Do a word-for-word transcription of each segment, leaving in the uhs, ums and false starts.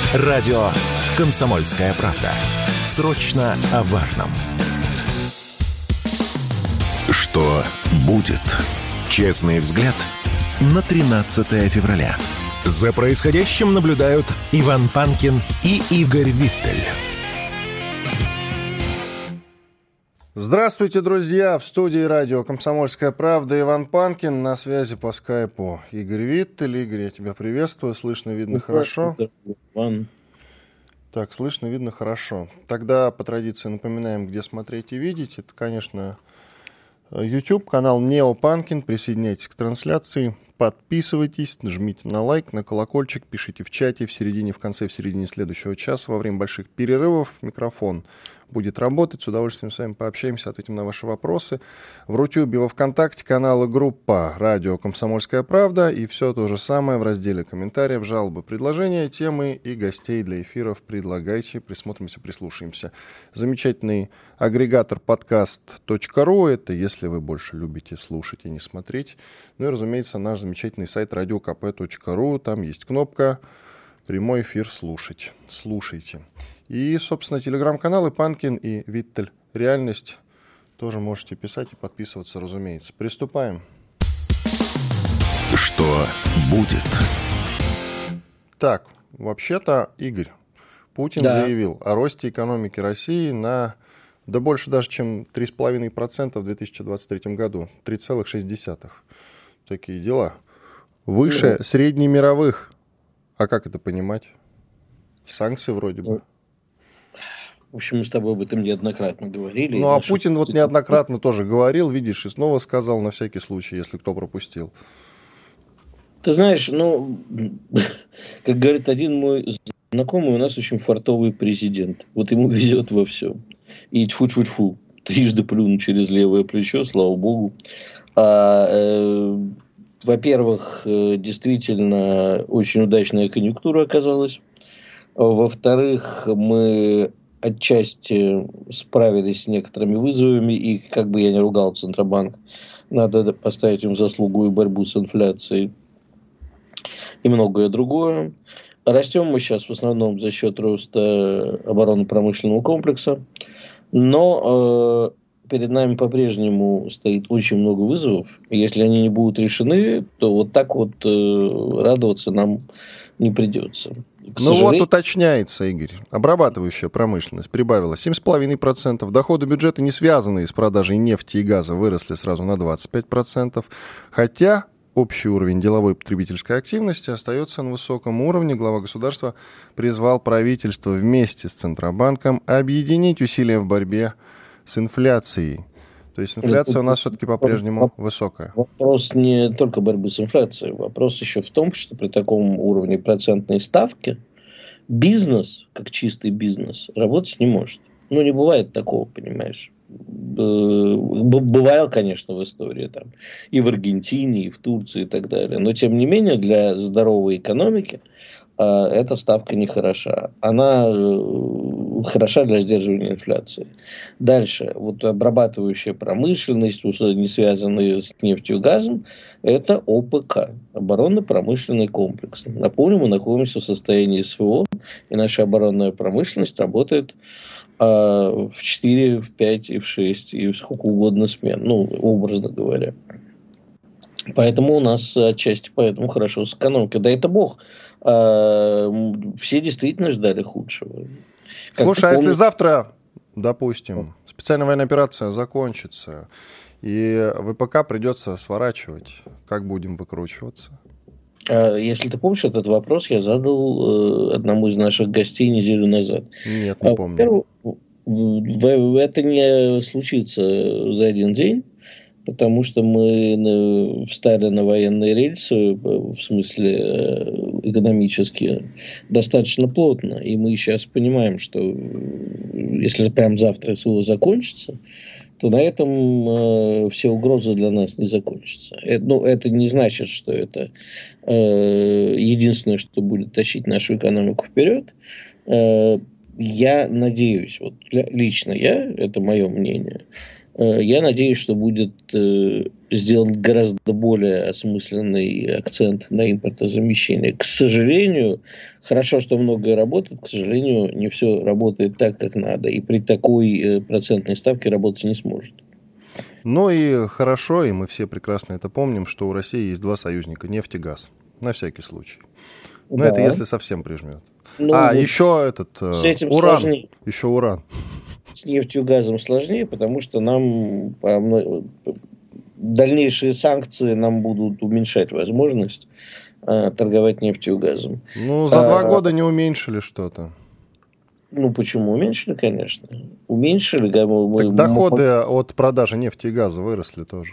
Радио «Комсомольская правда». Срочно о важном. Что будет? Честный взгляд на тринадцатое февраля. За происходящим наблюдают Иван Панкин и Игорь Виттель. Здравствуйте, друзья! В студии радио «Комсомольская правда» Иван Панкин, на связи по скайпу Игорь Виттель. Игорь, я тебя приветствую. Слышно, видно хорошо? Иван. Так, слышно, видно хорошо. Тогда по традиции напоминаем, где смотреть и видеть. Это, конечно, YouTube, канал Нео Панкин. Присоединяйтесь к трансляции, подписывайтесь, нажмите на лайк, на колокольчик, пишите в чате в середине, в конце, в середине следующего часа. Во время больших перерывов микрофон будет работать. С удовольствием с вами пообщаемся, ответим на ваши вопросы. В Рутюбе, во Вконтакте каналы группа «Радио Комсомольская правда». И все то же самое в разделе комментариев, жалобы, предложения, темы и гостей для эфиров предлагайте. Присмотримся, прислушаемся. Замечательный агрегатор подкаст точка ру. Это если вы больше любите слушать и не смотреть. Ну и, разумеется, наш замечательный сайт радио ка пэ точка ру. Там есть кнопка «Прямой эфир слушать». Слушайте. И, собственно, телеграм-каналы Панкин и Виттель. Реальность. Тоже можете писать и подписываться, разумеется. Приступаем. Что будет? Так, вообще-то, Игорь, Путин Да. заявил о росте экономики России на, да больше даже, чем три целых пять десятых процента в две тысячи двадцать третьем году. три целых шесть десятых. Такие дела. Выше Ну. среднемировых. А как это понимать? Санкции вроде бы. В общем, мы с тобой об этом неоднократно говорили. Ну, а Наши Путин вот институты- неоднократно тоже говорил, видишь, и снова сказал на всякий случай, если кто пропустил. Ты знаешь, ну, как говорит один мой знакомый, у нас очень фартовый президент. Вот ему везет во всем. И тьфу-тьфу-тьфу. Трижды плюнул через левое плечо, слава богу. А, э, во-первых, э, действительно, очень удачная конъюнктура оказалась. Во-вторых, мы отчасти справились с некоторыми вызовами, и, как бы я ни ругал Центробанк, надо поставить им заслугу и борьбу с инфляцией, и многое другое. Растем мы сейчас в основном за счет роста оборонно-промышленного комплекса, но э, перед нами по-прежнему стоит очень много вызовов, и если они не будут решены, то вот так вот э, радоваться нам не придется. К Ну сожалению- вот уточняется, Игорь, обрабатывающая промышленность прибавила семь целых пять десятых процента, доходы бюджета, не связанные с продажей нефти и газа, выросли сразу на двадцать пять процентов, хотя общий уровень деловой потребительской активности остается на высоком уровне. Глава государства призвал правительство вместе с Центробанком объединить усилия в борьбе с инфляцией. То есть инфляция у нас все-таки по-прежнему высокая. Вопрос не только борьбы с инфляцией. Вопрос еще в том, что при таком уровне процентной ставки бизнес, как чистый бизнес, работать не может. Ну, не бывает такого, понимаешь. Бывало, конечно, в истории там, и в Аргентине, и в Турции, и так далее. Но, тем не менее, для здоровой экономики э, эта ставка не хороша. Она э, хороша для сдерживания инфляции. Дальше. Вот обрабатывающая промышленность, не связанная с нефтью и газом, это о пэ ка. Оборонно-промышленный комплекс. Напомню, мы находимся в состоянии эс вэ о, и наша оборонная промышленность работает в четыре, в пять и в шесть, и в сколько угодно смен, ну, образно говоря. Поэтому у нас отчасти поэтому хорошо с экономикой. Да это бог. Все действительно ждали худшего. Как Слушай, ты а если помнишь- завтра, допустим, специальная военная операция закончится, и вэ пэ ка придется сворачивать, как будем выкручиваться? Если ты помнишь, этот вопрос я задал э, одному из наших гостей неделю назад. Нет, не А, помню. во-первых, это не случится за один день, потому что мы встали на военные рельсы, в смысле э, экономически, достаточно плотно. И мы сейчас понимаем, что если прям завтра эс вэ о закончится, то на этом э, все угрозы для нас не закончатся. Это, ну, это не значит, что это э, единственное, что будет тащить нашу экономику вперед. Э, я надеюсь, вот лично я, это мое мнение, э, я надеюсь, что будет э, сделать гораздо более осмысленный акцент на импортозамещение. К сожалению, хорошо, что многое работает, к сожалению, не все работает так, как надо, и при такой процентной ставке работать не сможет. Ну и хорошо, и мы все прекрасно это помним, что у России есть два союзника – нефть и газ, на всякий случай. Но да. Это если совсем прижмет. Ну, а, вот еще этот с этим уран. Сложнее. Еще уран. С нефтью и газом сложнее, потому что нам дальнейшие санкции нам будут уменьшать возможность а, торговать нефтью и газом. Ну, за а, два года не уменьшили что-то. Ну, почему? Уменьшили, конечно. Уменьшили. Так мы, доходы мы... от продажи нефти и газа выросли тоже.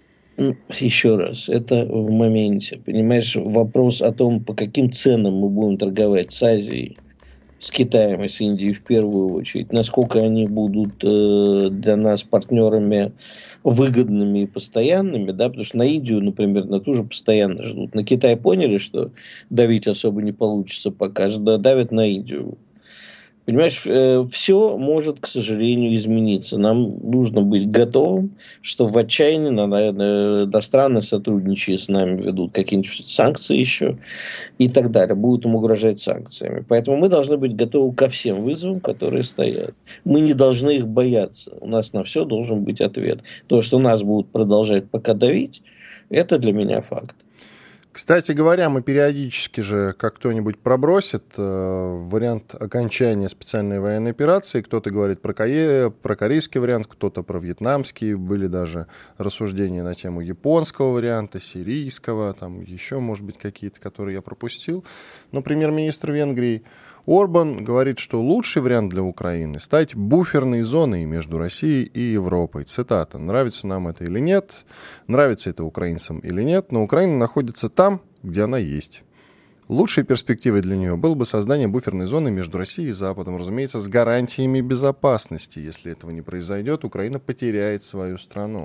Еще раз, это в моменте. Понимаешь, вопрос о том, по каким ценам мы будем торговать с Азией, с Китаем и с Индией в первую очередь, насколько они будут э, для нас партнерами выгодными и постоянными, да, потому что на Индию, например, на ту же постоянно ждут. На Китай поняли, что давить особо не получится пока, давят на Индию. Понимаешь, э, все может, к сожалению, измениться. Нам нужно быть готовым, что в отчаянии иностранные сотрудничая с нами ведут какие-нибудь санкции еще и так далее. Будут им угрожать санкциями. Поэтому мы должны быть готовы ко всем вызовам, которые стоят. Мы не должны их бояться. У нас на все должен быть ответ. То, что нас будут продолжать пока давить, это для меня факт. Кстати говоря, мы периодически же, как кто-нибудь пробросит э, вариант окончания специальной военной операции. Кто-то говорит про, Кое, про корейский вариант, кто-то про вьетнамский. Были даже рассуждения на тему японского варианта, сирийского, там еще, может быть, какие-то, которые я пропустил. Но премьер-министр Венгрии Орбан говорит, что лучший вариант для Украины — стать буферной зоной между Россией и Европой. Цитата. «Нравится нам это или нет, нравится это украинцам или нет, но Украина находится там, где она есть. Лучшей перспективой для нее было бы создание буферной зоны между Россией и Западом, разумеется, с гарантиями безопасности. Если этого не произойдет, Украина потеряет свою страну».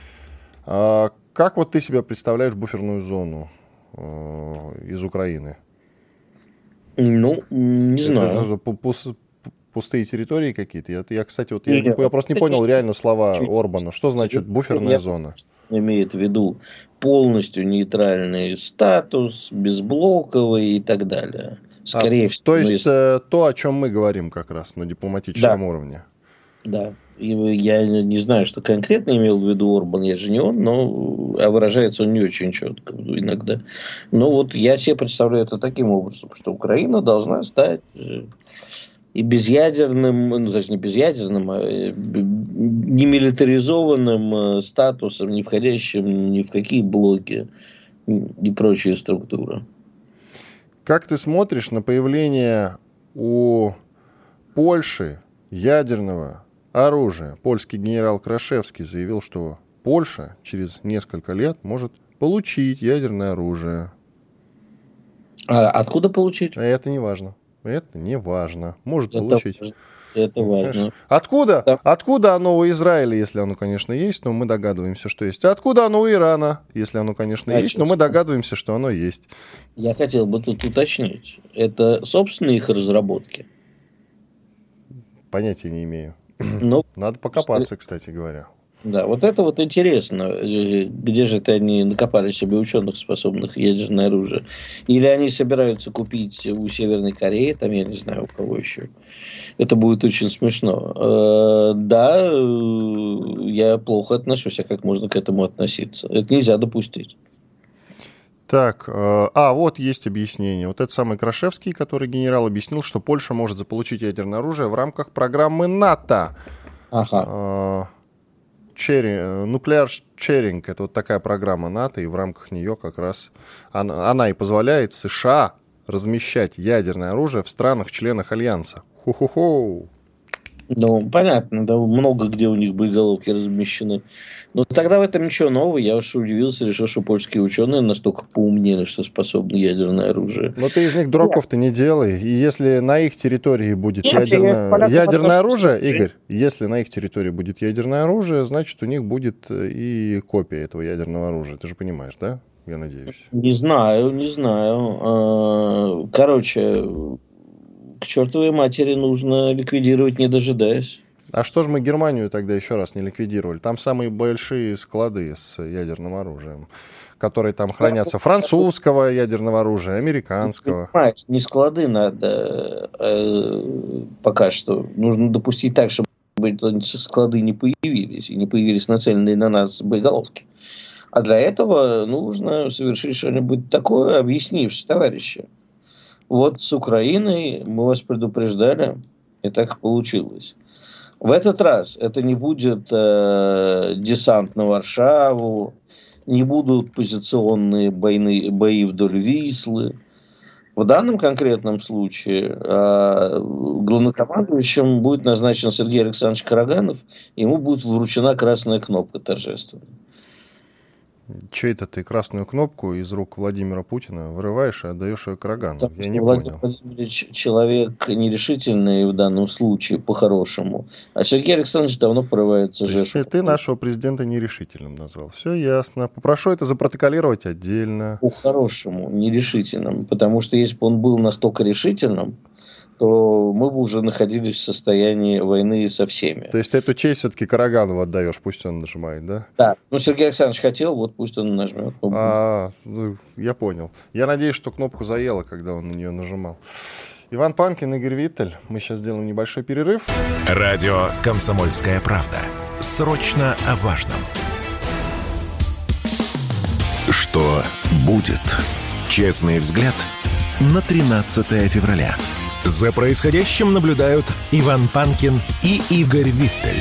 А как вот ты себе представляешь буферную зону э, из Украины? Ну, не знаю. Это пустые территории какие-то? Я, я кстати, вот я, Нет, я просто не понял реально слова Орбана. Что значит буферная я зона? Имеет в виду полностью нейтральный статус, безблоковый и так далее. Скорее а, всего. То есть если... то, о чем мы говорим как раз на дипломатическом да. уровне. Да. И я не знаю, что конкретно имел в виду Орбан, я же не он, но а выражается он не очень четко иногда. Но вот я себе представляю это таким образом, что Украина должна стать и безъядерным, ну даже не безъядерным, а немилитаризованным статусом, не входящим ни в какие блоки и прочие структуры. Как ты смотришь на появление у Польши ядерного оружия? Польский генерал Крашевский заявил, что Польша через несколько лет может получить ядерное оружие. А откуда получить? А это не важно. Это не важно. Может это получить. Важно. Это важно. Откуда? Да. Откуда оно у Израиля, если оно, конечно, есть, но мы догадываемся, что есть. Откуда оно у Ирана, если оно, конечно, а есть, но мы догадываемся, что оно есть. Я хотел бы тут уточнить. Это собственные их разработки? Понятия не имею. Но... Надо покопаться, кстати говоря. Да, вот это вот интересно. Где же это они накопали себе ученых, способных ядерное оружие? Или они собираются купить у Северной Кореи, там я не знаю у кого еще. Это будет очень смешно. Да, я плохо отношусь, а как можно к этому относиться? Это нельзя допустить. Так, а вот есть объяснение. Вот этот самый Крашевский, который генерал, объяснил, что Польша может заполучить ядерное оружие в рамках программы НАТО. Ага. Nuclear Sharing — это вот такая программа НАТО, и в рамках нее как раз она, она и позволяет США размещать ядерное оружие в странах-членах Альянса. Ху-ху-ху. Ну, понятно, да, много где у них боеголовки размещены. Но тогда в этом ничего нового. Я уж удивился, решил, что польские ученые настолько поумнели, что способны ядерное оружие. Но ты из них дураков-то не делай. И если на их территории будет Нет, ядерное, ядерное оружие, что... Игорь, если на их территории будет ядерное оружие, значит, у них будет и копия этого ядерного оружия. Ты же понимаешь, да? Я надеюсь. Не знаю, не знаю. Короче... К чертовой матери нужно ликвидировать, не дожидаясь. А что же мы Германию тогда еще раз не ликвидировали? Там самые большие склады с ядерным оружием, которые там хранятся, французского ядерного оружия, американского. Понимаешь, не склады надо э, пока что. Нужно допустить так, чтобы склады не появились, и не появились нацеленные на нас боеголовки. А для этого нужно совершить что-нибудь такое, объяснившись, товарищи. Вот с Украиной мы вас предупреждали, и так получилось. В этот раз это не будет э, десант на Варшаву, не будут позиционные бои, бои вдоль Вислы. В данном конкретном случае э, главнокомандующим будет назначен Сергей Александрович Караганов, и ему будет вручена красная кнопка торжественно. Че это ты красную кнопку из рук Владимира Путина вырываешь и отдаешь ее Караганову? Потому Я не Владимир понял. Владимирович человек нерешительный в данном случае, по-хорошему. А Сергей Александрович давно порывается же. Ты, ты нашего президента нерешительным назвал. Все ясно. Попрошу это запротоколировать отдельно. По-хорошему, нерешительным. Потому что если бы он был настолько решительным, то мы бы уже находились в состоянии войны со всеми. То есть эту честь все-таки Караганову отдаешь, пусть он нажимает, да? Да. Ну, Сергей Александрович хотел, вот пусть он нажмет. А, я понял. Я надеюсь, что кнопку заело, когда он на нее нажимал. Иван Панкин, Игорь Виттель. Мы сейчас сделаем небольшой перерыв. Радио «Комсомольская правда». Срочно о важном. Что будет? Честный взгляд на тринадцатое февраля. За происходящим наблюдают Иван Панкин и Игорь Виттель.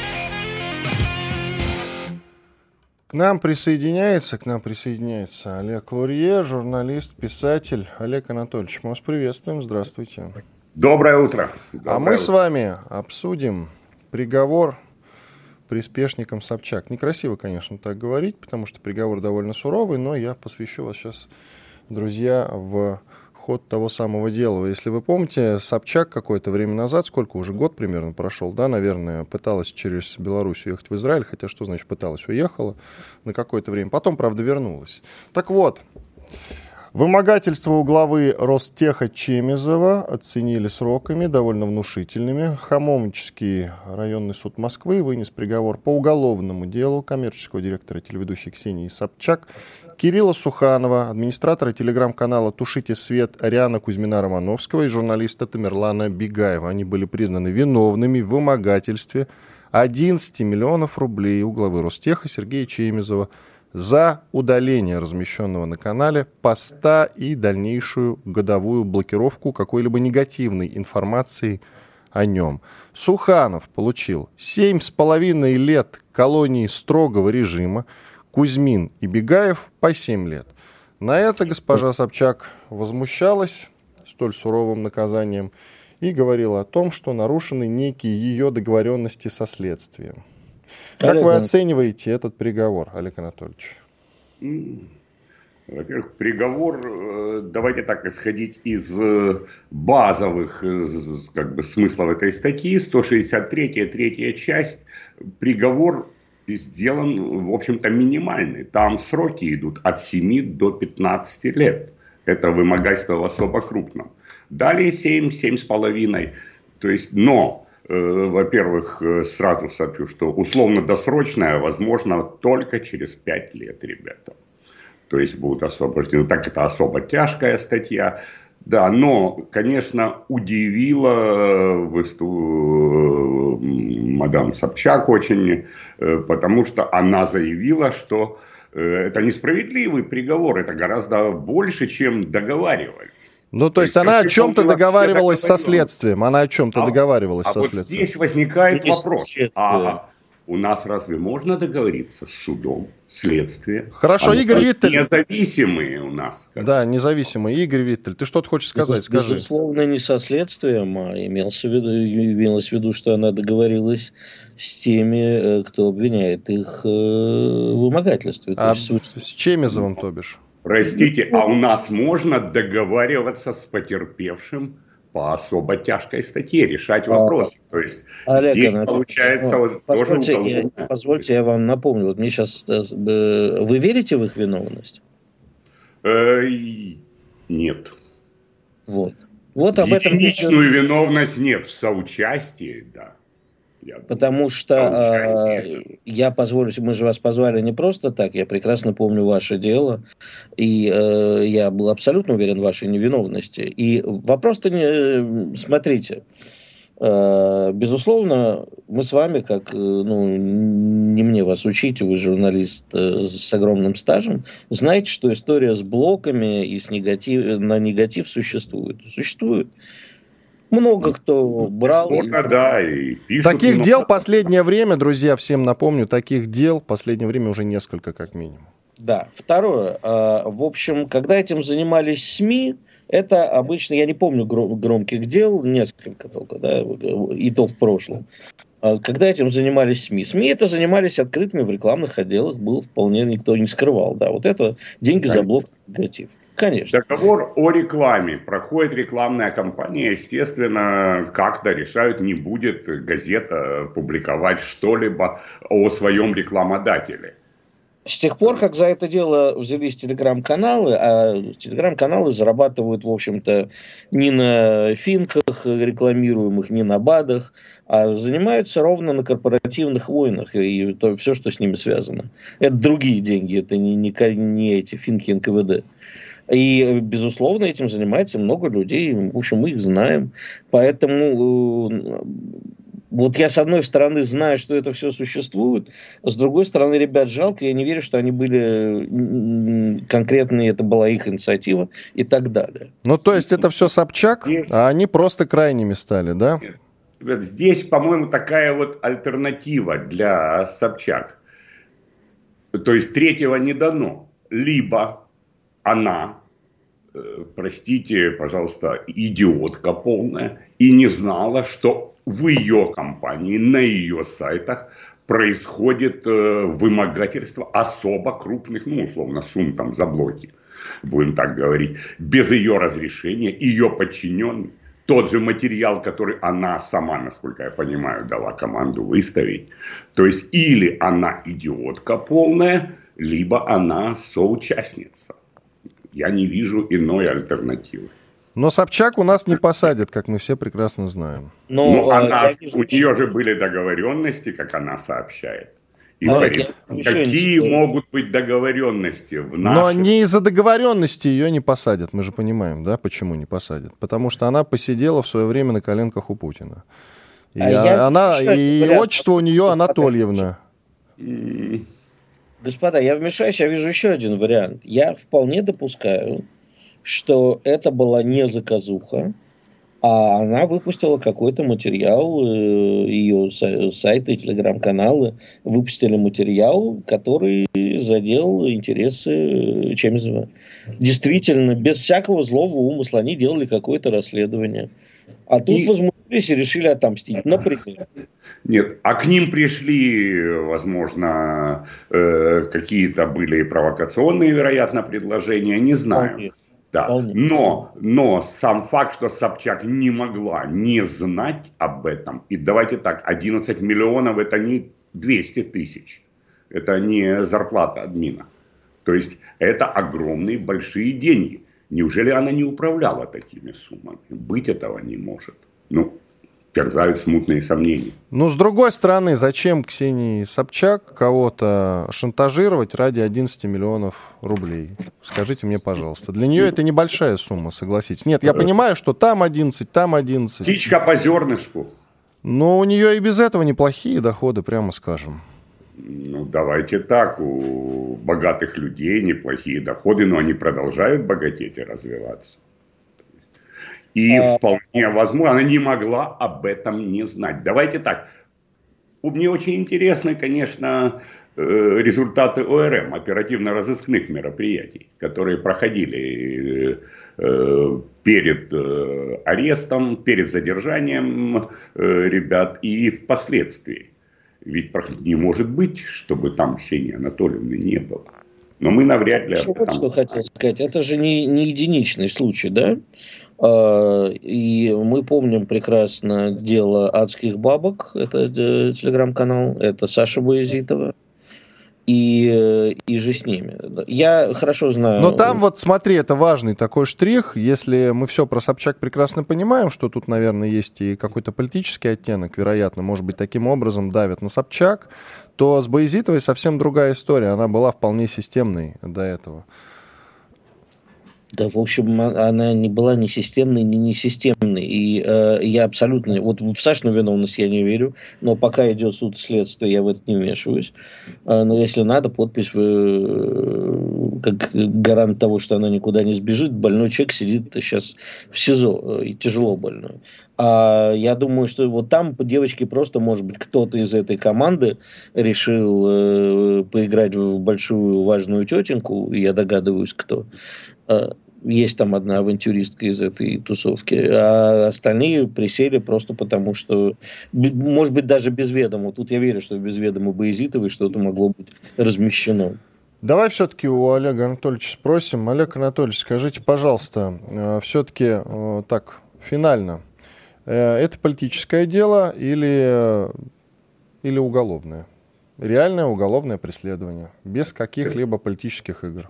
К нам присоединяется, к нам присоединяется Олег Лурье, журналист, писатель. Олег Анатольевич, мы вас приветствуем. Здравствуйте. Доброе утро. Доброе а мы утро. с вами обсудим приговор приспешникам Собчак. Некрасиво, конечно, так говорить, потому что приговор довольно суровый, но я посвящу вас сейчас, друзья, в ход того самого дела. Если вы помните, Собчак какое-то время назад, сколько уже, год примерно прошел, да, наверное, пыталась через Беларусь уехать в Израиль, хотя что значит пыталась, уехала на какое-то время, потом, правда, вернулась. Так вот, вымогательство у главы Ростеха Чемезова оценили сроками довольно внушительными. Хамовнический районный суд Москвы вынес приговор по уголовному делу коммерческого директора телеведущей Ксении Собчак, Кирилла Суханова, администратора телеграм-канала «Тушите свет» Ариана Кузьмина-Романовского и журналиста Тамерлана Бигаева. Они были признаны виновными в вымогательстве одиннадцать миллионов рублей у главы Ростеха Сергея Чемезова за удаление размещенного на канале поста и дальнейшую годовую блокировку какой-либо негативной информации о нем. Суханов получил семь с половиной лет колонии строгого режима, Кузьмин и Бигаев по семь лет. На это госпожа Собчак возмущалась столь суровым наказанием и говорила о том, что нарушены некие ее договоренности со следствием. Как Олег, вы оцениваете этот приговор, Олег Анатольевич? Во-первых, приговор, давайте так, исходить из базовых как бы, смыслов этой статьи, сто шестьдесят третья, третья часть, приговор сделан, в общем-то, минимальный. Там сроки идут от семи до пятнадцати лет. Это вымогательство в особо крупном. Далее семь, семь с половиной. То есть, но, э, во-первых, сразу сообщу, что условно-досрочное возможно только через пять лет, ребята. То есть будут освобождены. Так это особо тяжкая статья. Да, но, конечно, удивило выступ... мадам Собчак очень, потому что она заявила, что это несправедливый приговор, это гораздо больше, чем договаривались. Ну, то, то есть, есть она о чем-то договаривалась со следствием, она о чем-то а, договаривалась а со вот следствием. Здесь возникает Есть вопрос. А у нас разве можно договориться с судом, следствием? Хорошо, а Игорь Виттель. Независимые у нас. Как... Да, независимые. Игорь Виттель, ты что-то хочешь сказать? Без, Скажи. Безусловно, не со следствием, а имелось в виду, имелось в виду, что она договорилась с теми, кто обвиняет их в вымогательстве. А есть, с Чемезовым, то бишь? Простите, а у нас можно договариваться с потерпевшим по особо тяжкой статье, решать вопросы. То есть Олег, здесь Олег, получается ну, вот позвольте, тоже я, позвольте, я вам напомню. Вот мне сейчас, вы верите в их виновность? Э, нет. Вот. Вот об этом. Единичную виновность нет, в соучастии, да. Потому что э, я позволю, мы же вас позвали не просто так, я прекрасно помню ваше дело, и э, я был абсолютно уверен в вашей невиновности. И вопрос-то, не, смотрите, э, безусловно, мы с вами, как, ну, не мне вас учить, вы журналист э, с огромным стажем, знаете, что история с блоками и с негатив, на негатив существует. Существует. Много кто брал. Можно, и... да, и пишут. Таких много. дел последнее время, друзья, всем напомню, таких дел последнее время уже несколько, как минимум. Да. Второе. В общем, когда этим занимались СМИ, это обычно, я не помню громких дел, несколько только, да, и то в прошлом. Когда этим занимались СМИ. СМИ это занимались открытыми в рекламных отделах, был вполне никто не скрывал. Да, вот это деньги за блок негатив. Конечно. Договор о рекламе. Проходит рекламная кампания. Естественно, как-то решают, не будет газета публиковать что-либо о своем рекламодателе. С тех пор, как за это дело взялись телеграм-каналы, а телеграм-каналы зарабатывают, в общем-то, не на финках рекламируемых, не на БАДах, а занимаются ровно на корпоративных войнах и то, все, что с ними связано. Это другие деньги, это не, не, не эти финки эн ка вэ дэ. И, безусловно, этим занимается много людей. В общем, мы их знаем. Поэтому вот я, с одной стороны, знаю, что это все существует. С другой стороны, ребят жалко. Я не верю, что они были конкретные, это была их инициатива и так далее. Ну, то есть, это все Собчак, здесь... а они просто крайними стали, да? Нет. Здесь, по-моему, такая вот альтернатива для Собчак. То есть, третьего не дано. Либо она, э, простите, пожалуйста, идиотка полная, и не знала, что в ее компании, на ее сайтах происходит э, вымогательство особо крупных, ну, условно, сумм там за блоки, будем так говорить, без ее разрешения, ее подчиненный. Тот же материал, который она сама, насколько я понимаю, дала команду выставить. То есть, или она идиотка полная, либо она соучастница. Я не вижу иной альтернативы. Но Собчак у нас не посадят, как мы все прекрасно знаем. Но, Но она, вижу, у нее же были договоренности, как она сообщает. И а говорит, какие могут быть договоренности в нашем... Но не из-за договоренности ее не посадят. Мы же понимаем, да, почему не посадят. Потому что она посидела в свое время на коленках у Путина. И, а она, и отчество у нее Анатольевна. Господа, я вмешаюсь, я вижу еще один вариант. Я вполне допускаю, что это была не заказуха, а она выпустила какой-то материал, ее сайты и телеграм-каналы выпустили материал, который задел интересы Чемизова. Действительно, без всякого злого умысла они делали какое-то расследование. А тут и... возмутились и решили отомстить, например. Нет, а к ним пришли, возможно, э, какие-то были провокационные, вероятно, предложения, не знаю. Нет. Да. Но, но сам факт, что Собчак не могла не знать об этом, и давайте так, одиннадцать миллионов это не двести тысяч, это не зарплата админа. То есть это огромные большие деньги. Неужели она не управляла такими суммами? Быть этого не может. Ну, терзают смутные сомнения. Ну, с другой стороны, зачем Ксении Собчак кого-то шантажировать ради одиннадцати миллионов рублей? Скажите мне, пожалуйста. Для нее это небольшая сумма, согласитесь. Нет, я понимаю, что там одиннадцать, там одиннадцать. Птичка по зернышку. Но у нее и без этого неплохие доходы, прямо скажем. Ну, давайте так. У богатых людей неплохие доходы, но они продолжают богатеть и развиваться. И вполне возможно, она не могла об этом не знать. Давайте так. Мне очень интересны, конечно, результаты о эр эм, оперативно-розыскных мероприятий, которые проходили перед арестом, перед задержанием ребят и впоследствии. Ведь не может быть, чтобы там Ксении Анатольевны не было. Но мы навряд ли... Вот что хотел сказать. Это же не, не единичный случай, да? И мы помним прекрасно дело «Адских бабок». Это телеграм-канал. Это Саша Боязитова. и, и же с ними. Я хорошо знаю... Но там вот, смотри, это важный такой штрих. Если мы все про Собчак прекрасно понимаем, что тут, наверное, есть и какой-то политический оттенок, вероятно, может быть, таким образом давят на Собчак, то с Баязитовой совсем другая история. Она была вполне системной до этого. Да, в общем, она не была ни системной, ни несистемной. И э, я абсолютно... Вот в Сашину виновность я не верю, но пока идет суд и следствие, я в это не вмешиваюсь. Э, но если надо, подпись э, как гарант того, что она никуда не сбежит. Больной человек сидит сейчас в СИЗО, э, и тяжело больной. А я думаю, что вот там девочки просто, может быть, кто-то из этой команды решил э, поиграть в большую важную тетеньку, я догадываюсь, кто. Э, Есть там одна авантюристка из этой тусовки, а остальные присели просто потому, что, может быть, даже без ведома. Тут я верю, что без ведома Баязитовой что-то могло быть размещено. Давай все-таки у Олега Анатольевича спросим. Олег Анатольевич, скажите, пожалуйста, все-таки так, финально, это политическое дело или, или уголовное? Реальное уголовное преследование, без каких-либо политических игр?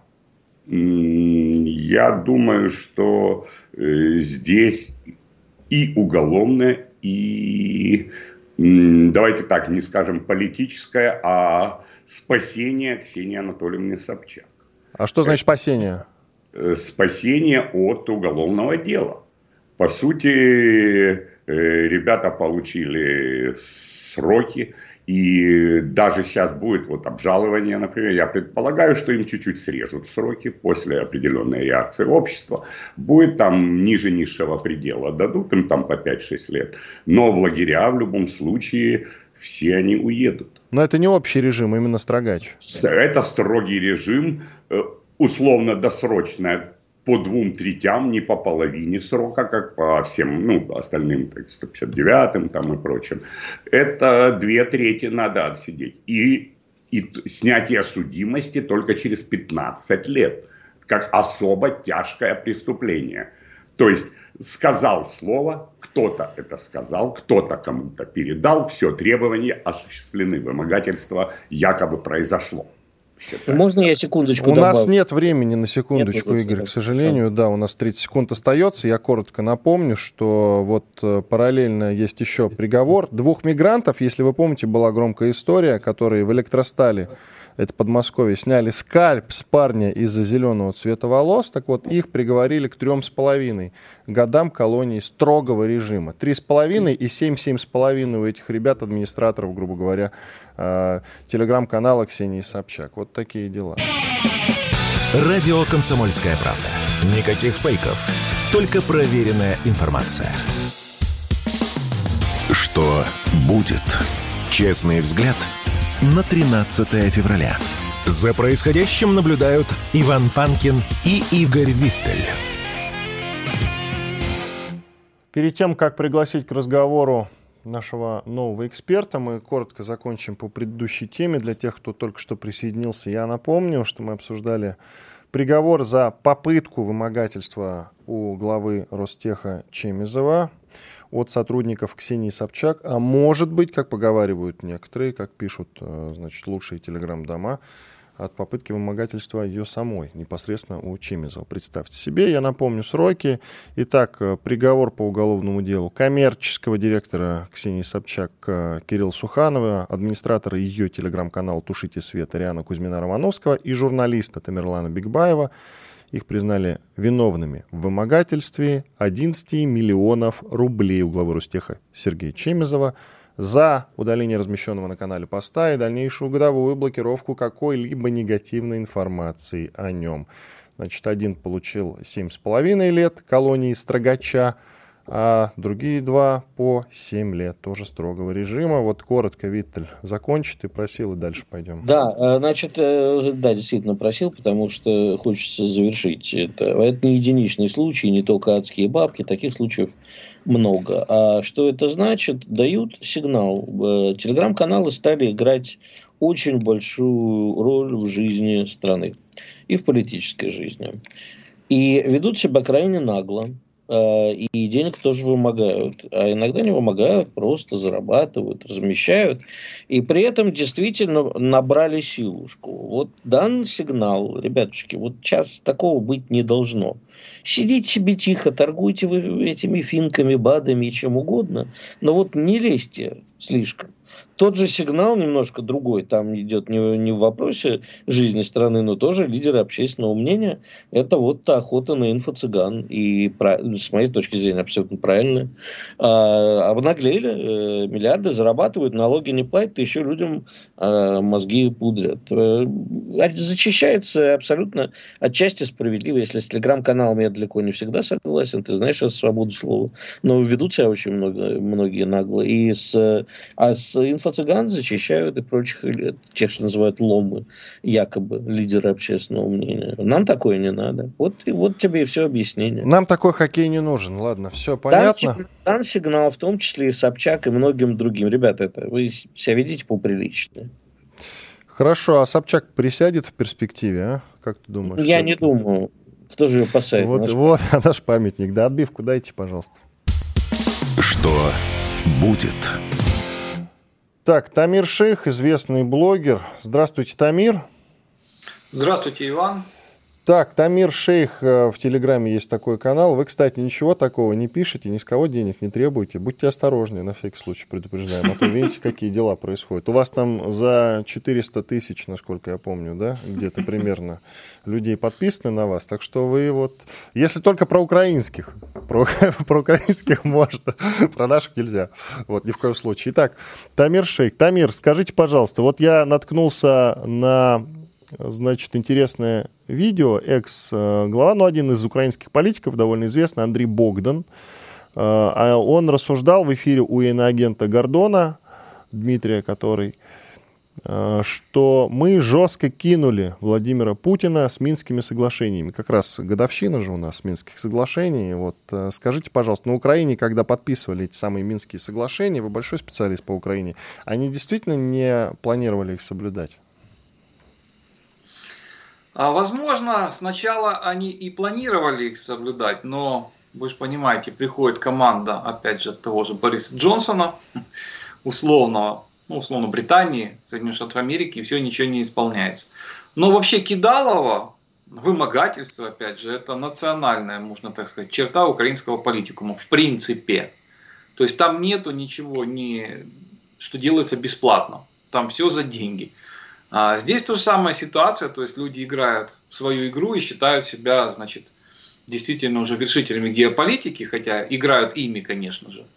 Я думаю, что э, здесь и уголовное, и, м, давайте так, не скажем политическое, а спасение Ксении Анатольевны Собчак. А что значит спасение? Э, спасение от уголовного дела. По сути, э, ребята получили сроки. И даже сейчас будет вот обжалование, например, я предполагаю, что им чуть-чуть срежут сроки после определенной реакции общества. Будет там ниже низшего предела, дадут им там по пять-шесть лет. Но в лагеря в любом случае все они уедут. Но это не общий режим, именно строгач. Это строгий режим, условно-досрочное. По двум третям, не по половине срока, как по всем, ну, остальным, так, сто пятьдесят девятым там и прочим. Это две трети надо отсидеть. И, и снятие судимости только через пятнадцать лет, как особо тяжкое преступление. То есть сказал слово, кто-то это сказал, кто-то кому-то передал, все, требования осуществлены, вымогательство якобы произошло. Считаю. Можно я секундочку У добавлю? нас нет времени на секундочку, нет, Игорь, к сожалению. Да, у нас тридцать секунд остается. Я коротко напомню, что вот параллельно есть еще приговор. Двух мигрантов, если вы помните, была громкая история, которые в Электростале, это Подмосковье, сняли скальп с парня из-за зеленого цвета волос. Так вот, их приговорили к трем с половиной годам колонии строгого режима. Три с половиной и семь-семь с половиной у этих ребят, администраторов, грубо говоря, э, телеграм-канала Ксении Собчак. Вот такие дела. Радио «Комсомольская правда». Никаких фейков, только проверенная информация. Что будет? Честный взгляд на тринадцатое февраля. За происходящим наблюдают Иван Панкин и Игорь Виттель. Перед тем, как пригласить к разговору нашего нового эксперта, мы коротко закончим по предыдущей теме. Для тех, кто только что присоединился, я напомню, что мы обсуждали приговор за попытку вымогательства у главы Ростеха Чемизова от сотрудников Ксении Собчак, а может быть, как поговаривают некоторые, как пишут, значит, лучшие телеграм-дома, от попытки вымогательства ее самой, непосредственно у Чемизова. Представьте себе, я напомню сроки. Итак, приговор по уголовному делу коммерческого директора Ксении Собчак Кирилла Суханова, администратора ее телеграм-канала «Тушите свет» Ариана Кузьмина-Романовского и журналиста Тамерлана Бигбаева. Их признали виновными в вымогательстве одиннадцати миллионов рублей у главы Ростеха Сергея Чемизова за удаление размещенного на канале поста и дальнейшую годовую блокировку какой-либо негативной информации о нем. Значит, один получил семь с половиной лет колонии строгача, а другие два по семь лет тоже строгого режима. Вот коротко Виттель закончит и просил, и дальше пойдем. Да, значит, да, действительно просил, потому что хочется завершить это. Это не единичный случай, не только адские бабки, таких случаев много. А что это значит? Дают сигнал. Телеграм-каналы стали играть очень большую роль в жизни страны и в политической жизни. И ведут себя крайне нагло. и денег тоже вымогают. А иногда не вымогают, просто зарабатывают, размещают. И при этом действительно набрали силушку. Вот дан сигнал, ребятушки, вот сейчас такого быть не должно. Сидите себе тихо, торгуйте вы этими финками, БАДами и чем угодно, но вот не лезьте слишком. Тот же сигнал немножко другой, там идет не, не в вопросе жизни страны, но тоже лидеры общественного мнения. Это вот та охота на инфо-цыган. И с моей точки зрения абсолютно правильно. А, обнаглели, э, миллиарды зарабатывают, налоги не платят, еще людям э, мозги пудрят. Э, зачищается абсолютно отчасти справедливо. Если с телеграм-каналом я далеко не всегда согласен, ты знаешь, это свободу слова. Но ведут себя очень много, многие нагло. И с, а с инфо-цыган зачищают и прочих, тех, что называют ломы, якобы лидеры общественного мнения. Нам такое не надо. Вот, вот тебе и все объяснение. Нам такой хоккей не нужен. Ладно, все понятно. Дан, дан сигнал, в том числе и Собчак, и многим другим. Ребята, это вы себя ведите поприличнее. Хорошо, а Собчак присядет в перспективе, а? Как ты думаешь? Я все-таки? не думаю. Кто же ее посадит? Вот, наш... вот наш памятник. Да, отбивку дайте, пожалуйста. Что будет? Так, Тамир Шейх, известный блогер. Здравствуйте, Тамир. Здравствуйте, Иван. Так, Тамир Шейх, в Телеграме есть такой канал. Вы, кстати, ничего такого не пишете, ни с кого денег не требуете. Будьте осторожнее, на всякий случай предупреждаем. А то видите, какие дела происходят. У вас там за четыреста тысяч, насколько я помню, да, где-то примерно людей подписаны на вас. Так что вы вот, если только про украинских, про, про украинских можно, про наших нельзя. Вот, ни в коем случае. Итак, Тамир Шейх. Тамир, скажите, пожалуйста, вот я наткнулся на... Значит, интересное видео. Экс-глава, ну, один из украинских политиков, довольно известный, Андрей Богдан. Он рассуждал в эфире у иноагента Гордона, Дмитрия, который, что мы жестко кинули Владимира Путина с Минскими соглашениями. Как раз годовщина же у нас Минских соглашений. Вот, скажите, пожалуйста, на Украине, когда подписывали эти самые Минские соглашения, вы большой специалист по Украине, они действительно не планировали их соблюдать? Возможно, сначала они и планировали их соблюдать, но, вы же понимаете, приходит команда, опять же, того же Бориса Джонсона, условно, ну, условно Британии, Соединенных Штатов Америки, и все, ничего не исполняется. Но вообще кидалово, вымогательство, опять же, это национальная, можно так сказать, черта украинского политикума, в принципе. То есть там нету ничего, не, что делается бесплатно, там все за деньги. А здесь то же самая ситуация, то есть люди играют в свою игру и считают себя, значит, действительно уже вершителями геополитики, хотя играют ими, конечно же.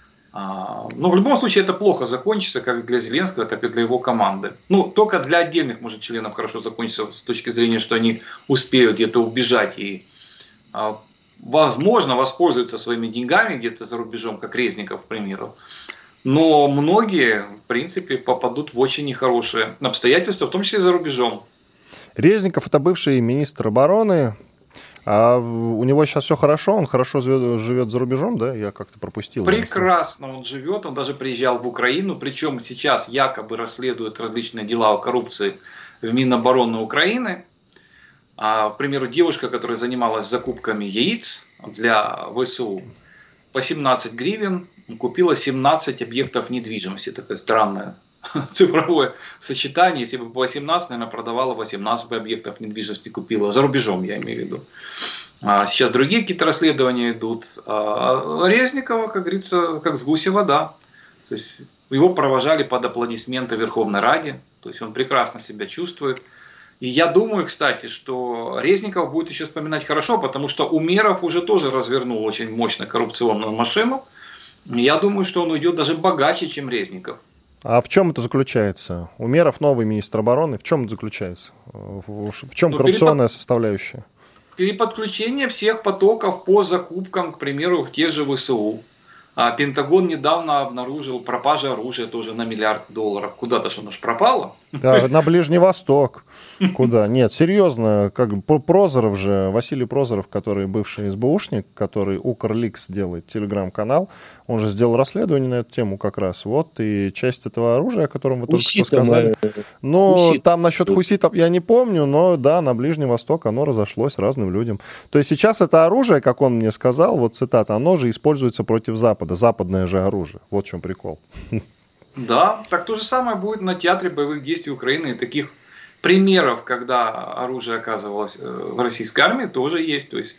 А, но в любом случае это плохо закончится, как для Зеленского, так и для его команды. Ну, только для отдельных, может, членов хорошо закончится с точки зрения, что они успеют где-то убежать и, а, возможно, воспользуются своими деньгами где-то за рубежом, как Резников, к примеру. Но многие, в принципе, попадут в очень нехорошие обстоятельства, в том числе за рубежом. Резников – это бывший министр обороны. А у него сейчас все хорошо? Он хорошо живет за рубежом, да? Я как-то пропустил. Прекрасно он живет. Он даже приезжал в Украину. Причем сейчас якобы расследует различные дела о коррупции в Минобороны Украины. А, к примеру, девушка, которая занималась закупками яиц для ВСУ, по семнадцать гривен купила семнадцать объектов недвижимости. Такое странное цифровое сочетание. Если бы по восемнадцать, наверное, продавала восемнадцать объектов недвижимости, купила. За рубежом, я имею в виду. А сейчас другие какие-то расследования идут. А Резникова, как говорится, как с гуся вода. То есть его провожали под аплодисменты в Верховной Раде. То есть он прекрасно себя чувствует. И я думаю, кстати, что Резников будет еще вспоминать хорошо, потому что Умеров уже тоже развернул очень мощно коррупционную машину. Я думаю, что он уйдет даже богаче, чем Резников. А в чем это заключается? Умеров новый министр обороны. В чем это заключается? В, в чем ну, коррупционная перепод... составляющая? Переподключение всех потоков по закупкам, к примеру, в тех же ВСУ. А Пентагон недавно обнаружил пропажу оружия тоже на миллиард долларов. Куда-то же оно ж пропало. Да, на Ближний Восток. Куда? Нет, серьезно, как Прозоров же, Василий Прозоров, который бывший СБУшник, который Укрликс делает, телеграм-канал, он же сделал расследование на эту тему как раз. Вот, и часть этого оружия, о котором вы только что сказали. Ну, там насчет хуситов я не помню, но да, на Ближний Восток оно разошлось разным людям. То есть сейчас это оружие, как он мне сказал, вот цитата, оно же используется против Запада. Западное же оружие. Вот в чем прикол. Да, так то же самое будет на театре боевых действий Украины. И таких примеров, когда оружие оказывалось в российской армии, тоже есть. То есть,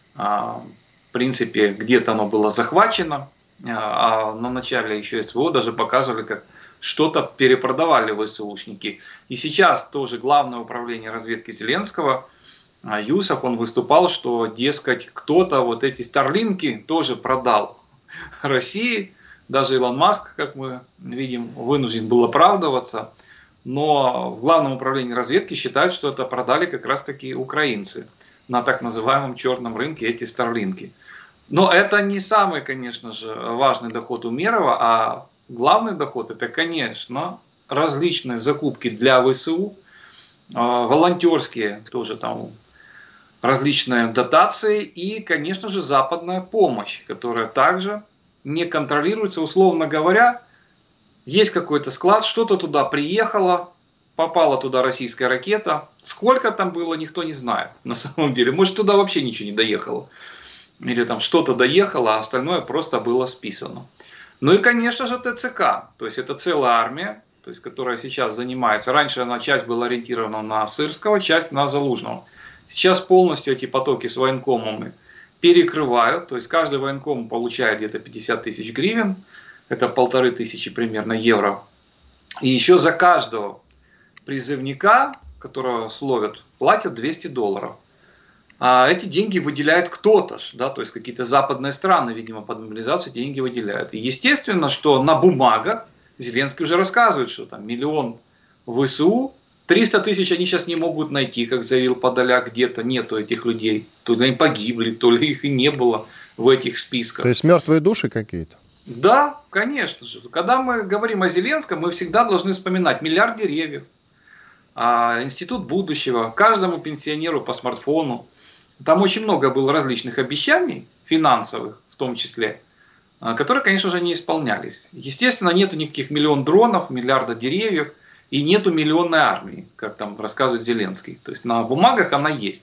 в принципе, где-то оно было захвачено, а на начале еще СВО даже показывали, как что-то перепродавали ВСУшники. И сейчас тоже Главное управление разведки Зеленского, Юсов, он выступал, что, дескать, кто-то вот эти старлинки тоже продал России. Даже Илон Маск, как мы видим, вынужден был оправдываться. Но в Главном управлении разведки считают, что это продали как раз таки украинцы на так называемом черном рынке эти старлинки. Но это не самый, конечно же, важный доход Умерова, а главный доход это, конечно, различные закупки для ВСУ, волонтерские тоже там различные дотации и, конечно же, западная помощь, которая также не контролируется. Условно говоря, есть какой-то склад, что-то туда приехало, попала туда российская ракета. Сколько там было, никто не знает на самом деле. Может, туда вообще ничего не доехало. Или там что-то доехало, а остальное просто было списано. Ну и, конечно же, ТЦК. То есть это целая армия, то есть, которая сейчас занимается. Раньше она часть была ориентирована на Сырского, часть на Залужного. Сейчас полностью эти потоки с военкомами перекрывают. То есть каждый военком получает где-то пятьдесят тысяч гривен. Это полторы тысячи примерно евро. И еще за каждого призывника, которого словят, платят двести долларов. А эти деньги выделяет кто-то, да, то есть какие-то западные страны, видимо, под мобилизацию деньги выделяют. И естественно, что на бумагах Зеленский уже рассказывает, что там миллион ВСУ, триста тысяч они сейчас не могут найти, как заявил Подоляк, где-то нету этих людей. То ли они погибли, то ли их и не было в этих списках. То есть мертвые души какие-то? Да, конечно же. Когда мы говорим о Зеленском, мы всегда должны вспоминать миллиард деревьев, Институт будущего, каждому пенсионеру по смартфону. Там очень много было различных обещаний, финансовых в том числе, которые, конечно же, не исполнялись. Естественно, нету никаких миллион дронов, миллиарда деревьев и нету миллионной армии, как там рассказывает Зеленский. То есть на бумагах она есть.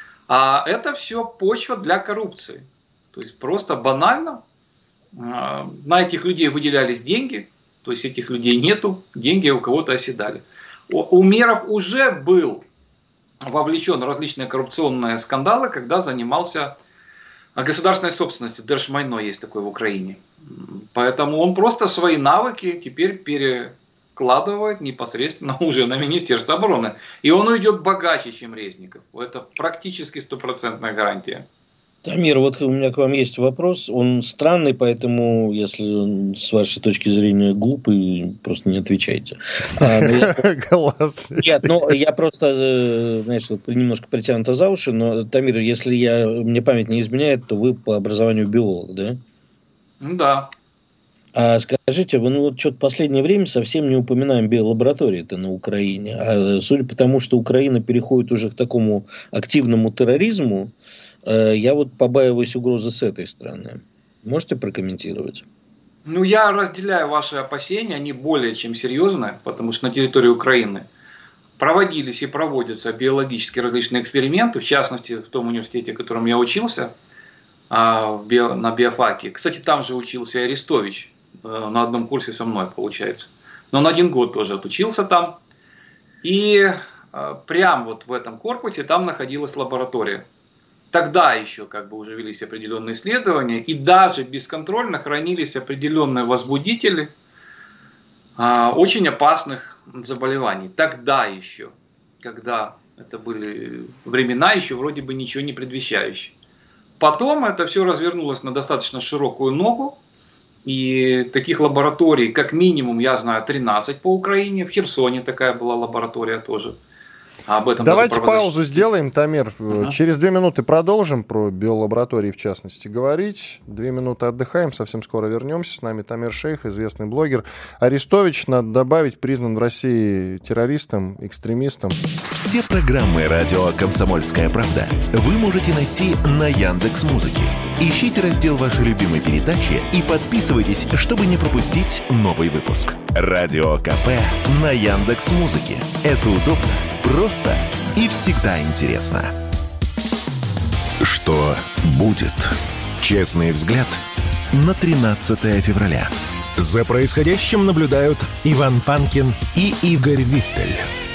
А это все почва для коррупции. То есть просто банально на этих людей выделялись деньги, то есть этих людей нету, деньги у кого-то оседали. Умеров уже был вовлечен в различные коррупционные скандалы, когда занимался государственной собственностью. Держмайно есть такой в Украине. Поэтому он просто свои навыки теперь перекладывает непосредственно уже на Министерство обороны. И он уйдет богаче, чем Резников. Это практически стопроцентная гарантия. Тамир, вот у меня к вам есть вопрос. Он странный, поэтому, если он, с вашей точки зрения, глупый, просто не отвечайте. Нет, ну я просто, знаешь, немножко притянуто за уши, но, Тамир, если я, мне память не изменяет, то вы по образованию биолог, да? Да. А скажите, вы ну вот что-то в последнее время совсем не упоминаем биолаборатории-то на Украине. А судя по тому, что Украина переходит уже к такому активному терроризму, я вот побаиваюсь угрозы с этой стороны. Можете прокомментировать? Ну, я разделяю ваши опасения, они более чем серьезные, потому что на территории Украины проводились и проводятся биологические различные эксперименты, в частности, в том университете, в котором я учился, на биофаке. Кстати, там же учился и Арестович, на одном курсе со мной, получается. Но он один год тоже отучился там. И прямо вот в этом корпусе там находилась лаборатория. Тогда еще как бы уже велись определенные исследования, и даже бесконтрольно хранились определенные возбудители а, очень опасных заболеваний. Тогда еще, когда это были времена, еще вроде бы ничего не предвещающие. Потом это все развернулось на достаточно широкую ногу, и таких лабораторий, как минимум, я знаю, тринадцать по Украине, в Херсоне такая была лаборатория тоже. А об этом давайте паузу сделаем, Тамир. Угу. Через две минуты продолжим про биолаборатории, в частности, говорить. Две минуты отдыхаем, совсем скоро вернемся. С нами Тамир Шейх, известный блогер. Арестович, надо добавить, признан в России террористом, экстремистом. Все программы «Радио Комсомольская правда» вы можете найти на Яндекс.Музыке. Ищите раздел вашей любимой передачи и подписывайтесь, чтобы не пропустить новый выпуск. Радио КП на Яндекс.Музыке. Это удобно, просто и всегда интересно. Что будет? Честный взгляд на тринадцатое февраля. За происходящим наблюдают Иван Панкин и Игорь Виттель.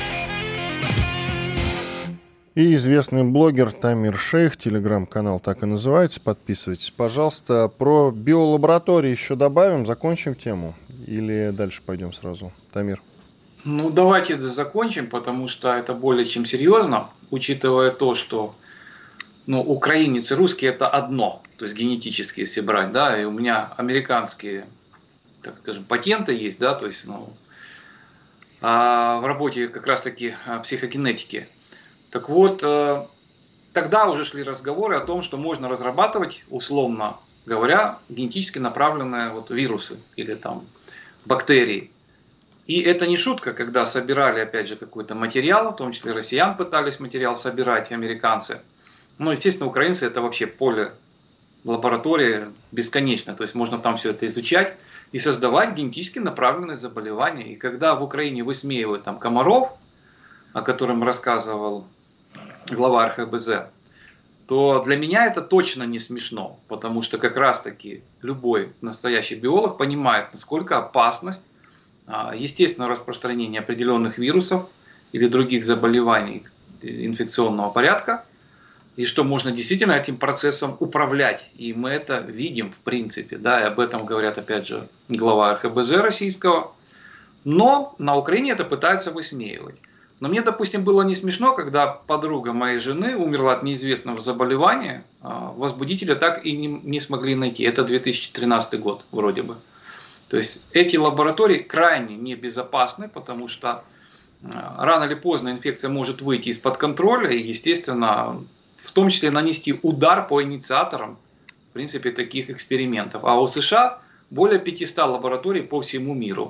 И известный блогер Тамир Шейх, телеграм-канал так и называется, подписывайтесь, пожалуйста. Про биолаборатории еще добавим, закончим тему или дальше пойдем сразу? Тамир. Ну, давайте закончим, потому что это более чем серьезно, учитывая то, что ну, украинец и русский это одно, то есть генетически, если брать, да, и у меня американские, так скажем, патенты есть, да, то есть ну, а в работе как раз-таки психогенетики. Так вот, тогда уже шли разговоры о том, что можно разрабатывать, условно говоря, генетически направленные вот вирусы или там бактерии. И это не шутка, когда собирали, опять же, какой-то материал, в том числе россиян пытались материал собирать, американцы. Ну, естественно, украинцы это вообще поле лаборатории бесконечно, то есть можно там все это изучать и создавать генетически направленные заболевания. И когда в Украине высмеивают там комаров, о котором рассказывал глава эр ха бэ зэ, то для меня это точно не смешно, потому что как раз-таки любой настоящий биолог понимает, насколько опасность естественного распространения определенных вирусов или других заболеваний инфекционного порядка, и что можно действительно этим процессом управлять. И мы это видим в принципе, да, и об этом говорят опять же глава эр ха бэ зэ российского, но на Украине это пытаются высмеивать. Но мне, допустим, было не смешно, когда подруга моей жены умерла от неизвестного заболевания, возбудителя так и не, не смогли найти. Это две тысячи тринадцатый год вроде бы. То есть эти лаборатории крайне небезопасны, потому что рано или поздно инфекция может выйти из-под контроля и, естественно, в том числе нанести удар по инициаторам, в принципе, таких экспериментов. А у США более пятисот лабораторий по всему миру.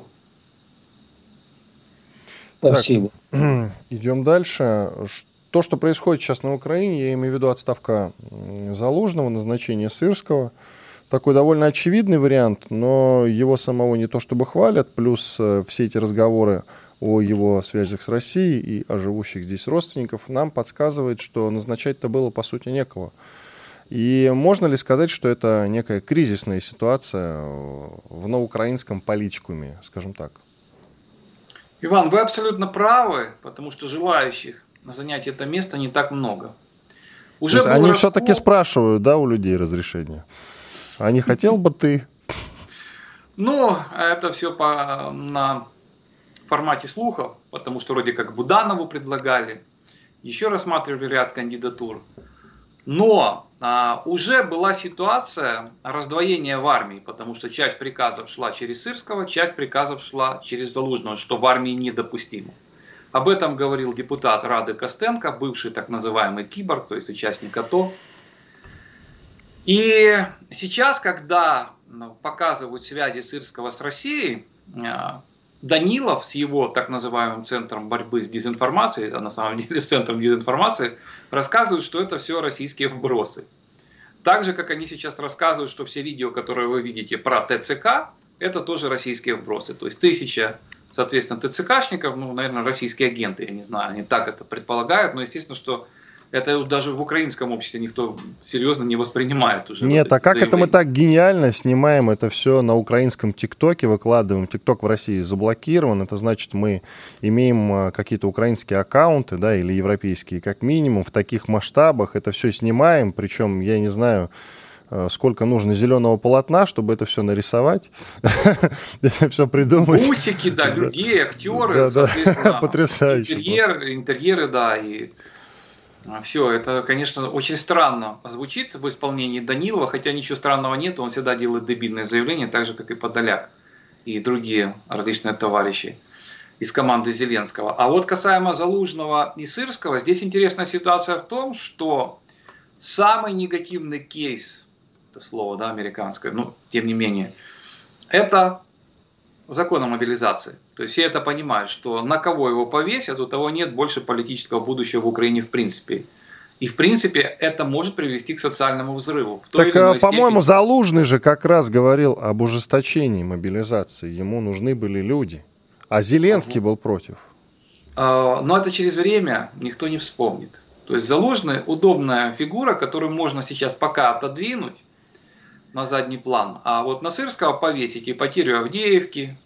Спасибо. Так, идем дальше. То, что происходит сейчас на Украине, я имею в виду отставка Залужного, назначение Сырского. Такой довольно очевидный вариант, но его самого не то чтобы хвалят, плюс все эти разговоры о его связях с Россией и о живущих здесь родственников нам подсказывает, что назначать-то было по сути некого. И можно ли сказать, что это некая кризисная ситуация в новоукраинском политикуме, скажем так? Иван, вы абсолютно правы, потому что желающих занять это место не так много. Уже они раскол... все-таки спрашивают, да, у людей разрешение. А не хотел бы ты? Ну, это все по, на формате слухов, потому что вроде как Буданову предлагали, еще рассматривали ряд кандидатур. Но а, уже была ситуация раздвоения в армии, потому что часть приказов шла через Сырского, часть приказов шла через Залужного, что в армии недопустимо. Об этом говорил депутат Рады Костенко, бывший так называемый киборг, то есть участник АТО. И сейчас, когда показывают связи Сырского с Россией, Данилов с его так называемым центром борьбы с дезинформацией, а на самом деле с центром дезинформации, рассказывают, что это все российские вбросы. Так же, как они сейчас рассказывают, что все видео, которые вы видите про тэ цэ ка, это тоже российские вбросы. То есть тысяча, соответственно, тэ цэ кашников, ну, наверное, российские агенты, я не знаю, они так это предполагают, но естественно, что это даже в украинском обществе никто серьезно не воспринимает уже. Нет, вот а как заявления. Это мы так гениально снимаем это все на украинском ТикТоке, выкладываем? ТикТок в России заблокирован, это значит, мы имеем какие-то украинские аккаунты, да, или европейские, как минимум, в таких масштабах, это все снимаем, причем, я не знаю, сколько нужно зеленого полотна, чтобы это все нарисовать, это все придумать. Бусики, да, людей, актеры, соответственно, потрясающе. Интерьеры, да, и... Все, это, конечно, очень странно звучит в исполнении Данилова, хотя ничего странного нет, он всегда делает дебильные заявления, так же, как и Подоляк и другие различные товарищи. из команды Зеленского. А вот касаемо Залужного и Сырского, здесь интересная ситуация в том, что самый негативный кейс, это слово, да, американское, но тем не менее, это закон о мобилизации. То есть все это понимают, что на кого его повесят, у того нет больше политического будущего в Украине в принципе. И в принципе это может привести к социальному взрыву. В той Так, по-моему, степени... Залужный же как раз говорил об ужесточении мобилизации. Ему нужны были люди. А Зеленский был против. Но это через время никто не вспомнит. То есть Залужный удобная фигура, которую можно сейчас пока отодвинуть на задний план. А вот на Сырского повесить и потерю Авдеевки,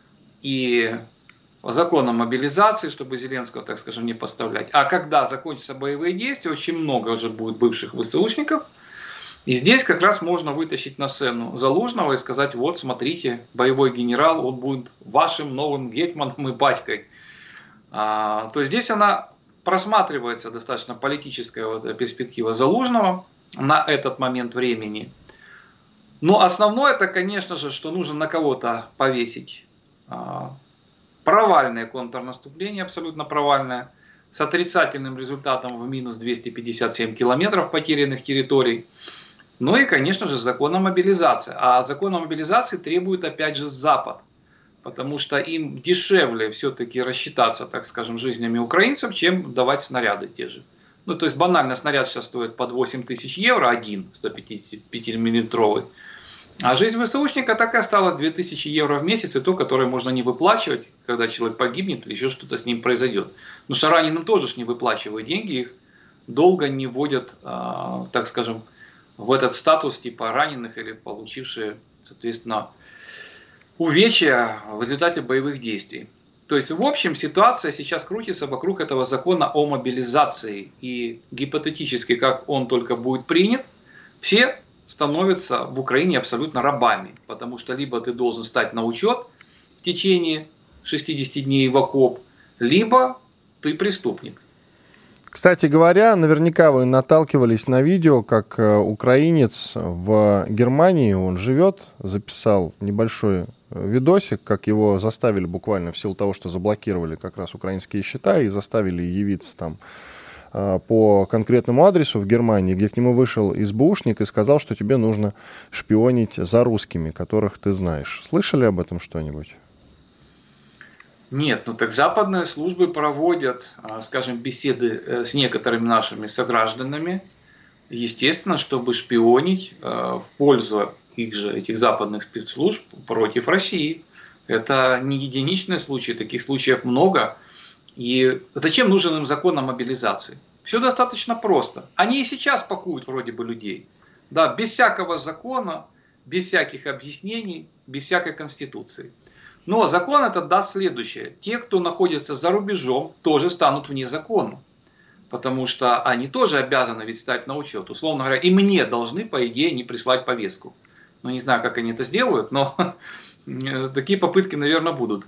и закон о мобилизации, чтобы Зеленского, так скажем, не поставлять. А когда закончатся боевые действия, очень много уже будет бывших ВСУшников. И здесь как раз можно вытащить на сцену Залужного и сказать: вот смотрите, боевой генерал, он будет вашим новым гетманом и батькой. А, то есть здесь она просматривается достаточно политическая вот перспектива Залужного на этот момент времени. Но основное это, конечно же, что нужно на кого-то повесить а, провальное контрнаступление, абсолютно провальное, с отрицательным результатом в минус двести пятьдесят семь километров потерянных территорий. Ну и, конечно же, закон о мобилизации. А закон о мобилизации требует, опять же, Запад. Потому что им дешевле все-таки рассчитаться, так скажем, жизнями украинцев, чем давать снаряды те же. Ну, то есть банально снаряд сейчас стоит под восемь тысяч евро, один сто пятьдесят пять миллиметровый. А жизнь ВСУшника так и осталась две тысячи евро в месяц, и то, которое можно не выплачивать, когда человек погибнет или еще что-то с ним произойдет. Но что раненым тоже ж не выплачивают деньги, их долго не вводят, э, так скажем, в этот статус типа раненых или получившие, соответственно, увечья в результате боевых действий. То есть, в общем, ситуация сейчас крутится вокруг этого закона о мобилизации. И гипотетически, как он только будет принят, все становятся в Украине абсолютно рабами. Потому что либо ты должен стать на учет в течение шестидесяти дней в окоп, либо ты преступник. Кстати говоря, наверняка вы наталкивались на видео, как украинец в Германии, он живет, записал небольшой видосик, как его заставили буквально в силу того, что заблокировали как раз украинские счета и заставили явиться там по конкретному адресу в Германии, где к нему вышел СБУшник и сказал, что тебе нужно шпионить за русскими, которых ты знаешь. Слышали об этом что-нибудь? Нет, ну так западные службы проводят, скажем, беседы с некоторыми нашими согражданами, естественно, чтобы шпионить в пользу их же, этих западных спецслужб против России. Это не единичные случаи, таких случаев много. И зачем нужен им закон о мобилизации? Все достаточно просто. Они и сейчас пакуют вроде бы людей. Да, без всякого закона, без всяких объяснений, без всякой конституции. Но закон этот даст следующее. Те, кто находится за рубежом, тоже станут вне закона. Потому что они тоже обязаны ведь стать на учет. Условно говоря, и мне должны, по идее, не прислать повестку. Ну, не знаю, как они это сделают, но такие попытки, наверное, будут.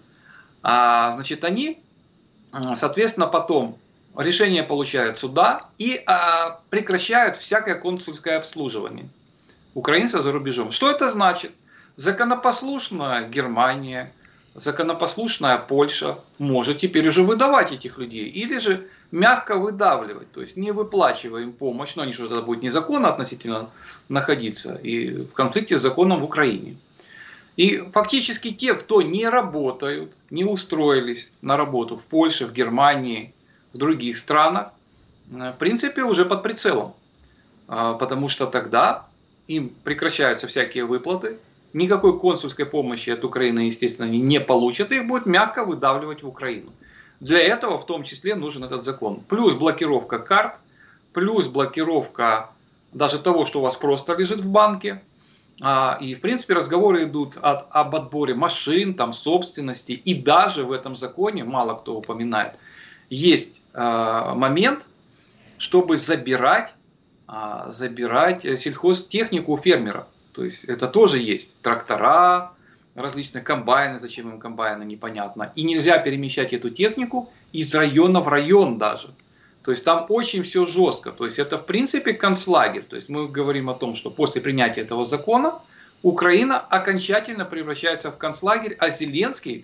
А, значит, они, соответственно, потом решение получают суда и а, прекращают всякое консульское обслуживание украинцев за рубежом. Что это значит? Законопослушная Германия, законопослушная Польша может теперь уже выдавать этих людей или же мягко выдавливать, то есть не выплачивая им помощь, но они что тогда будет незаконно относительно находиться и в конфликте с законом в Украине. И фактически те, кто не работают, не устроились на работу в Польше, в Германии, в других странах, в принципе уже под прицелом, потому что тогда им прекращаются всякие выплаты. Никакой консульской помощи от Украины, естественно, они не получат, их будет мягко выдавливать в Украину. Для этого в том числе нужен этот закон. Плюс блокировка карт, плюс блокировка даже того, что у вас просто лежит в банке. И, в принципе, разговоры идут от, об отборе машин, там, собственности. И даже в этом законе, мало кто упоминает, есть э, момент, чтобы забирать, э, забирать сельхозтехнику у фермеров. То есть это тоже есть. Трактора, различные комбайны, зачем им комбайны, непонятно. И нельзя перемещать эту технику из района в район даже. То есть там очень все жестко. То есть это в принципе концлагерь. То есть мы говорим о том, что после принятия этого закона Украина окончательно превращается в концлагерь, а Зеленский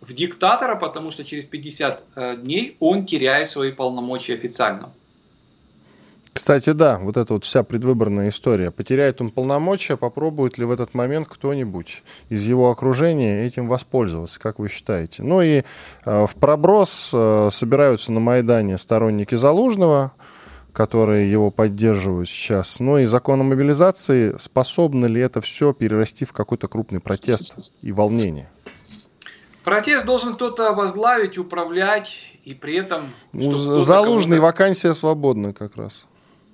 в диктатора, потому что через пятьдесят дней он теряет свои полномочия официально. Кстати, да, вот эта вот вся предвыборная история. Потеряет он полномочия, попробует ли в этот момент кто-нибудь из его окружения этим воспользоваться, как вы считаете? Ну и э, в проброс э, собираются на Майдане сторонники Залужного, которые его поддерживают сейчас. Ну и закон о мобилизации, способно ли это все перерасти в какой-то крупный протест и волнение? Протест должен кто-то возглавить, управлять, и при этом... Ну, Залужный, вакансия свободна как раз.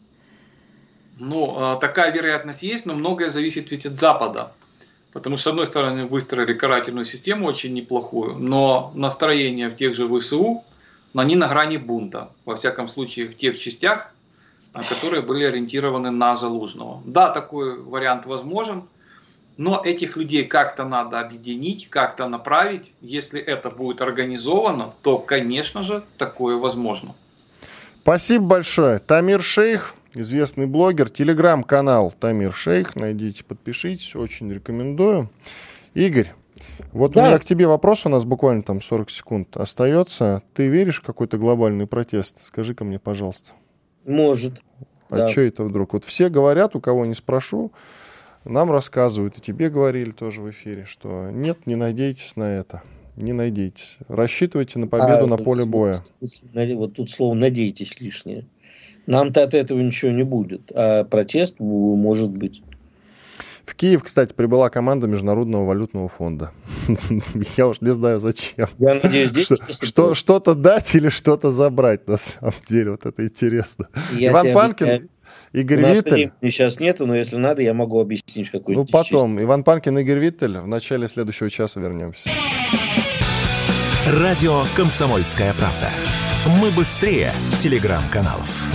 Ну, такая вероятность есть, но многое зависит ведь от Запада. Потому что, с одной стороны, выстроили карательную систему очень неплохую, но настроение в тех же ВСУ, они на грани бунта. Во всяком случае, в тех частях, которые были ориентированы на Залужного. Да, такой вариант возможен, но этих людей как-то надо объединить, как-то направить. Если это будет организовано, то, конечно же, такое возможно. Спасибо большое. Тамир Шейх, известный блогер, телеграм-канал Тамир Шейх. Найдите, подпишитесь, очень рекомендую. Игорь, вот да. У меня к тебе вопрос, у нас буквально там сорок секунд остается. Ты веришь в какой-то глобальный протест? Скажи-ка мне, пожалуйста. Может. А да. что это вдруг? Вот все говорят, у кого не спрошу, нам рассказывают, и тебе говорили тоже в эфире, что нет, не надейтесь на это. Не надейтесь. Рассчитывайте на победу а, на поле боя. Вот тут слово «надейтесь» лишнее. Нам-то от этого ничего не будет, а протест может быть. В Киев, кстати, прибыла команда Международного валютного фонда. Я уж не знаю, зачем. Я надеюсь, здесь что, что, что-то дать или что-то забрать, на самом деле. Вот это интересно. Я Иван тебя... Панкин, я... Игорь У нас Виттель. времени сейчас нету, но если надо, я могу объяснить какой-то. Ну, потом. Часть. Иван Панкин, Игорь Виттель. В начале следующего часа вернемся. Радио «Комсомольская правда». Мы быстрее телеграм-каналов.